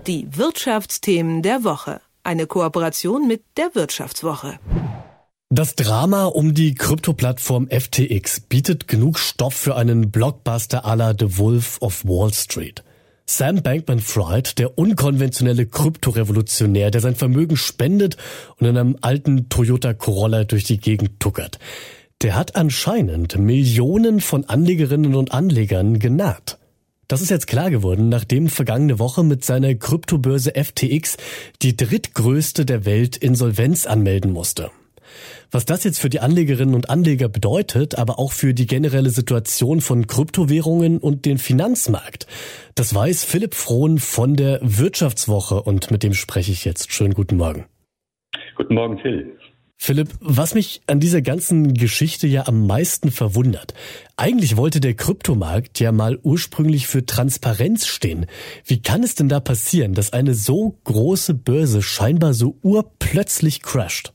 Die Wirtschaftsthemen der Woche. Eine Kooperation mit der Wirtschaftswoche. Das Drama um die Krypto-Plattform FTX bietet genug Stoff für einen Blockbuster à la The Wolf of Wall Street. Sam Bankman-Fried, der unkonventionelle Kryptorevolutionär, der sein Vermögen spendet und in einem alten Toyota Corolla durch die Gegend tuckert, der hat anscheinend Millionen von Anlegerinnen und Anlegern genarrt. Das ist jetzt klar geworden, nachdem vergangene Woche mit seiner Kryptobörse FTX die drittgrößte der Welt Insolvenz anmelden musste. Was das jetzt für die Anlegerinnen und Anleger bedeutet, aber auch für die generelle Situation von Kryptowährungen und den Finanzmarkt, das weiß Philipp Frohn von der Wirtschaftswoche und mit dem spreche ich jetzt. Schönen guten Morgen. Guten Morgen, Phil. Philipp, was mich an dieser ganzen Geschichte ja am meisten verwundert, eigentlich wollte der Kryptomarkt ja mal ursprünglich für Transparenz stehen. Wie kann es denn da passieren, dass eine so große Börse scheinbar so urplötzlich crasht?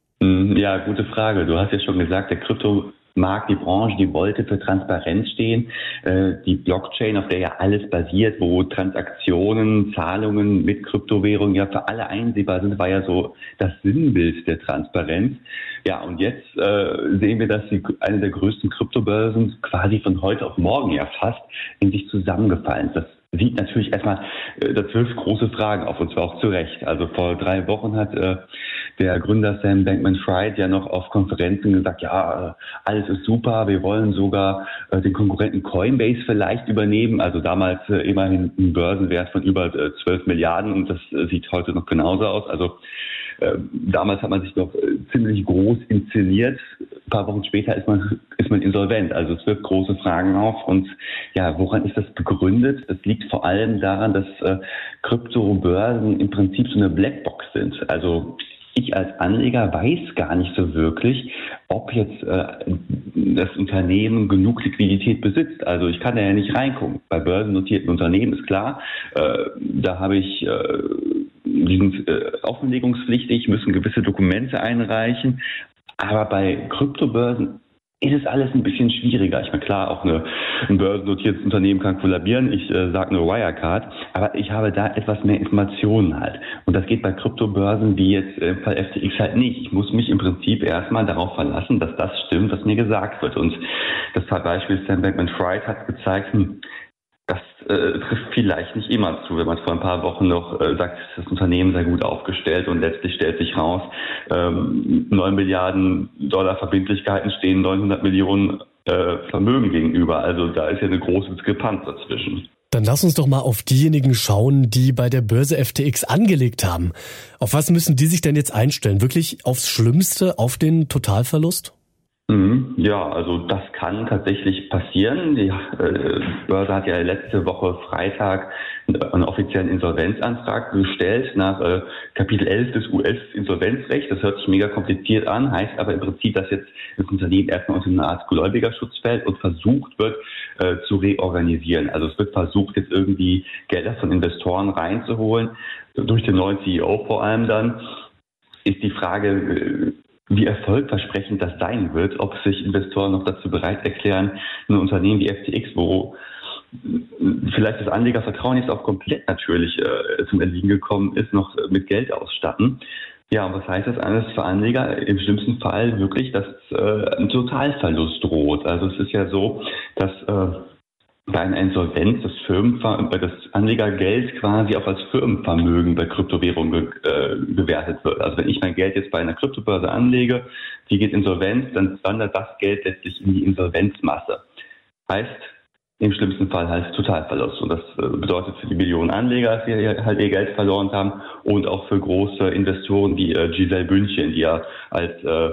Ja, gute Frage. Du hast ja schon gesagt, der Kryptomarkt, die Branche, die wollte für Transparenz stehen. Die Blockchain, auf der ja alles basiert, wo Transaktionen, Zahlungen mit Kryptowährungen ja für alle einsehbar sind, war ja so das Sinnbild der Transparenz. Ja, und jetzt sehen wir, dass eine der größten Kryptobörsen quasi von heute auf morgen ja fast in sich zusammengefallen ist. Das sieht natürlich erstmal, das wirft große Fragen auf, und zwar auch zu Recht. Also vor 3 Wochen hat der Gründer Sam Bankman-Fried ja noch auf Konferenzen gesagt, ja, alles ist super, wir wollen sogar den Konkurrenten Coinbase vielleicht übernehmen. Also damals immerhin ein Börsenwert von über 12 Milliarden und das sieht heute noch genauso aus. Also damals hat man sich noch ziemlich groß inszeniert. Ein paar Wochen später ist man insolvent. Also es wirft große Fragen auf. Und ja, woran ist das begründet? Das liegt vor allem daran, dass Kryptobörsen im Prinzip so eine Blackbox sind. Also ich als Anleger weiß gar nicht so wirklich, ob jetzt das Unternehmen genug Liquidität besitzt. Also ich kann da ja nicht reingucken. Bei börsennotierten Unternehmen ist klar, da habe ich die sind offenlegungspflichtig, müssen gewisse Dokumente einreichen. Aber bei Kryptobörsen ist es alles ein bisschen schwieriger. Ich meine, klar, auch ein börsennotiertes Unternehmen kann kollabieren. Ich sage nur Wirecard. Aber ich habe da etwas mehr Informationen halt. Und das geht bei Kryptobörsen wie jetzt bei FTX halt nicht. Ich muss mich im Prinzip erstmal darauf verlassen, dass das stimmt, was mir gesagt wird. Und das Beispiel Sam Bankman-Fried hat gezeigt, das trifft vielleicht nicht immer zu, wenn man vor ein paar Wochen noch sagt, das Unternehmen sei gut aufgestellt und letztlich stellt sich raus, 9 Milliarden Dollar Verbindlichkeiten stehen 900 Millionen Vermögen gegenüber. Also da ist ja eine große Diskrepanz dazwischen. Dann lass uns doch mal auf diejenigen schauen, die bei der Börse FTX angelegt haben. Auf was müssen die sich denn jetzt einstellen? Wirklich aufs Schlimmste, auf den Totalverlust? Ja, also das kann tatsächlich passieren. Die Börse hat ja letzte Woche Freitag einen offiziellen Insolvenzantrag gestellt nach Kapitel 11 des US-Insolvenzrechts. Das hört sich mega kompliziert an, heißt aber im Prinzip, dass jetzt das Unternehmen erstmal unter eine Art Gläubigerschutz fällt und versucht wird zu reorganisieren. Also es wird versucht, jetzt irgendwie Gelder von Investoren reinzuholen, durch den neuen CEO vor allem dann. Ist die Frage, wie erfolgversprechend das sein wird, ob sich Investoren noch dazu bereit erklären, ein Unternehmen wie FTX, wo vielleicht das Anlegervertrauen jetzt auch komplett natürlich zum Erliegen gekommen ist, noch mit Geld ausstatten. Ja, und was heißt das alles für Anleger? Im schlimmsten Fall wirklich, dass ein Totalverlust droht. Also es ist ja so, dass bei einer Insolvenz das Anlegergeld quasi auch als Firmenvermögen bei Kryptowährungen gewertet wird. Also wenn ich mein Geld jetzt bei einer Kryptobörse anlege, die geht insolvent, dann wandert das Geld letztlich in die Insolvenzmasse. Heißt, im schlimmsten Fall heißt Totalverlust. Und das bedeutet für die Millionen Anleger, dass sie halt ihr Geld verloren haben und auch für große Investoren wie Gisele Bündchen, die ja als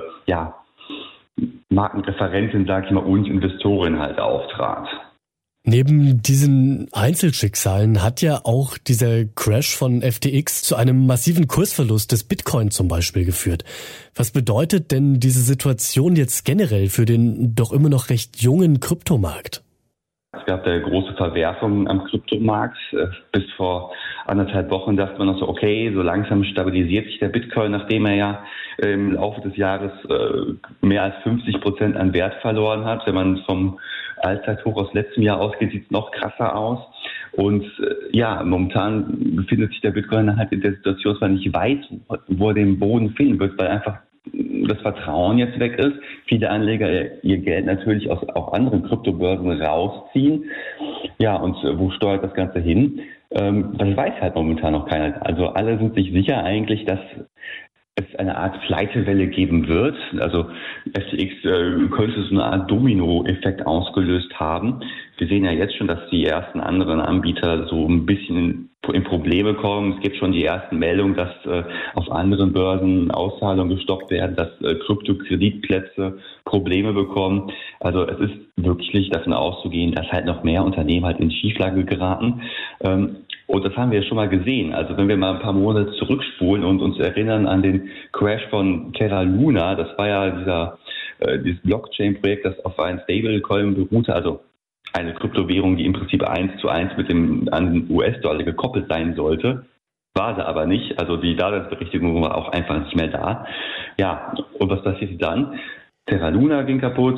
Markenreferentin, sag ich mal, und Investorin halt auftrat. Neben diesen Einzelschicksalen hat ja auch dieser Crash von FTX zu einem massiven Kursverlust des Bitcoin zum Beispiel geführt. Was bedeutet denn diese Situation jetzt generell für den doch immer noch recht jungen Kryptomarkt? Es gab da große Verwerfungen am Kryptomarkt. Bis vor 1,5 Wochen dachte man noch so, okay, so langsam stabilisiert sich der Bitcoin, nachdem er ja im Laufe des Jahres mehr als 50% an Wert verloren hat. Wenn man vom Allzeithoch aus letztem Jahr ausgeht, sieht es noch krasser aus. Und momentan befindet sich der Bitcoin halt in der Situation, dass man nicht weiß, wo er den Boden finden wird, weil einfach das Vertrauen jetzt weg ist. Viele Anleger ihr Geld natürlich aus auch anderen Kryptobörsen rausziehen. Ja, und wo steuert das Ganze hin? Das weiß halt momentan noch keiner. Also alle sind sich sicher eigentlich, dass es eine Art Pleitewelle geben wird. Also FTX könnte so eine Art Domino-Effekt ausgelöst haben. Wir sehen ja jetzt schon, dass die ersten anderen Anbieter so ein bisschen in Probleme kommen. Es gibt schon die ersten Meldungen, dass auf anderen Börsen Auszahlungen gestoppt werden, dass Kryptokreditplätze Probleme bekommen. Also es ist wirklich davon auszugehen, dass halt noch mehr Unternehmen halt in Schieflage geraten. Und das haben wir ja schon mal gesehen. Also wenn wir mal ein paar Monate zurückspulen und uns erinnern an den Crash von Terra Luna, das war ja dieses Blockchain-Projekt, das auf einen Stablecoin beruhte, also eine Kryptowährung, die im Prinzip 1:1 mit dem an den US-Dollar gekoppelt sein sollte. War sie aber nicht. Also die Daseinsberechtigung war auch einfach nicht mehr da. Ja, und was passierte dann? Terra Luna ging kaputt,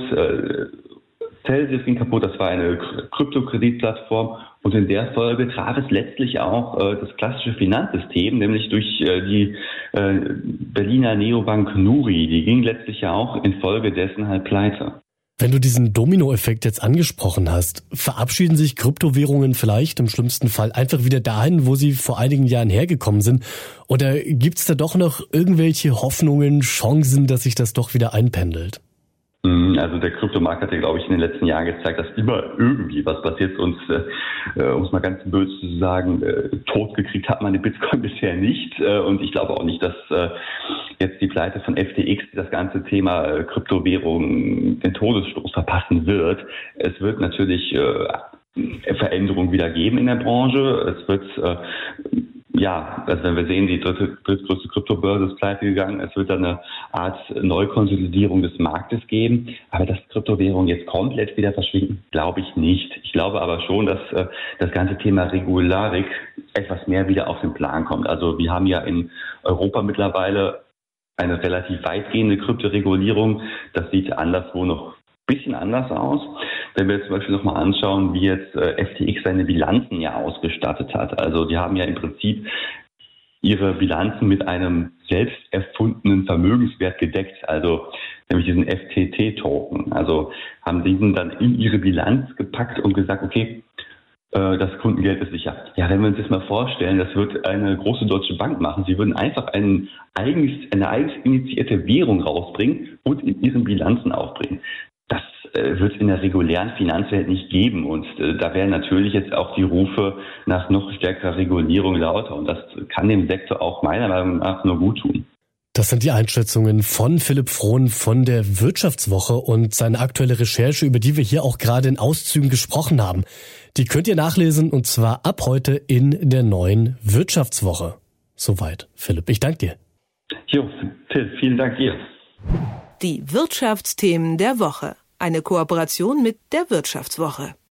Celsius ging kaputt, das war eine Kryptokreditplattform. Und in der Folge traf es letztlich auch das klassische Finanzsystem, nämlich durch die Berliner Neobank Nuri. Die ging letztlich ja auch infolgedessen halt pleite. Wenn du diesen Dominoeffekt jetzt angesprochen hast, verabschieden sich Kryptowährungen vielleicht im schlimmsten Fall einfach wieder dahin, wo sie vor einigen Jahren hergekommen sind? Oder gibt's da doch noch irgendwelche Hoffnungen, Chancen, dass sich das doch wieder einpendelt? Also der Kryptomarkt hat ja, glaube ich, in den letzten Jahren gezeigt, dass immer irgendwie was passiert. Und um es mal ganz böse zu sagen, totgekriegt hat man den Bitcoin bisher nicht. Und ich glaube auch nicht, dass jetzt die Pleite von FTX das ganze Thema Kryptowährung den Todesstoß verpassen wird. Es wird natürlich Veränderungen wieder geben in der Branche. Es wird also wenn wir sehen, die drittgrößte Kryptobörse ist pleite gegangen, es wird dann eine Art Neukonsolidierung des Marktes geben. Aber dass Kryptowährungen jetzt komplett wieder verschwinden, glaube ich nicht. Ich glaube aber schon, dass das ganze Thema Regularik etwas mehr wieder auf den Plan kommt. Also wir haben ja in Europa mittlerweile eine relativ weitgehende Kryptoregulierung. Das sieht anderswo noch ein bisschen anders aus. Wenn wir jetzt zum Beispiel nochmal anschauen, wie jetzt FTX seine Bilanzen ja ausgestattet hat. Also die haben ja im Prinzip ihre Bilanzen mit einem selbst erfundenen Vermögenswert gedeckt, also nämlich diesen FTT-Token. Also haben diesen dann in ihre Bilanz gepackt und gesagt, okay, das Kundengeld ist sicher. Ja, wenn wir uns das mal vorstellen, das wird eine große deutsche Bank machen. Sie würden einfach eine eigens initiierte Währung rausbringen und in ihren Bilanzen aufbringen. Das wird es in der regulären Finanzwelt nicht geben. Und da werden natürlich jetzt auch die Rufe nach noch stärkerer Regulierung lauter. Und das kann dem Sektor auch meiner Meinung nach nur gut tun. Das sind die Einschätzungen von Philipp Frohn von der Wirtschaftswoche und seine aktuelle Recherche, über die wir hier auch gerade in Auszügen gesprochen haben. Die könnt ihr nachlesen und zwar ab heute in der neuen Wirtschaftswoche. Soweit, Philipp. Ich danke dir. Jo, Till, vielen Dank dir. Die Wirtschaftsthemen der Woche. Eine Kooperation mit der Wirtschaftswoche.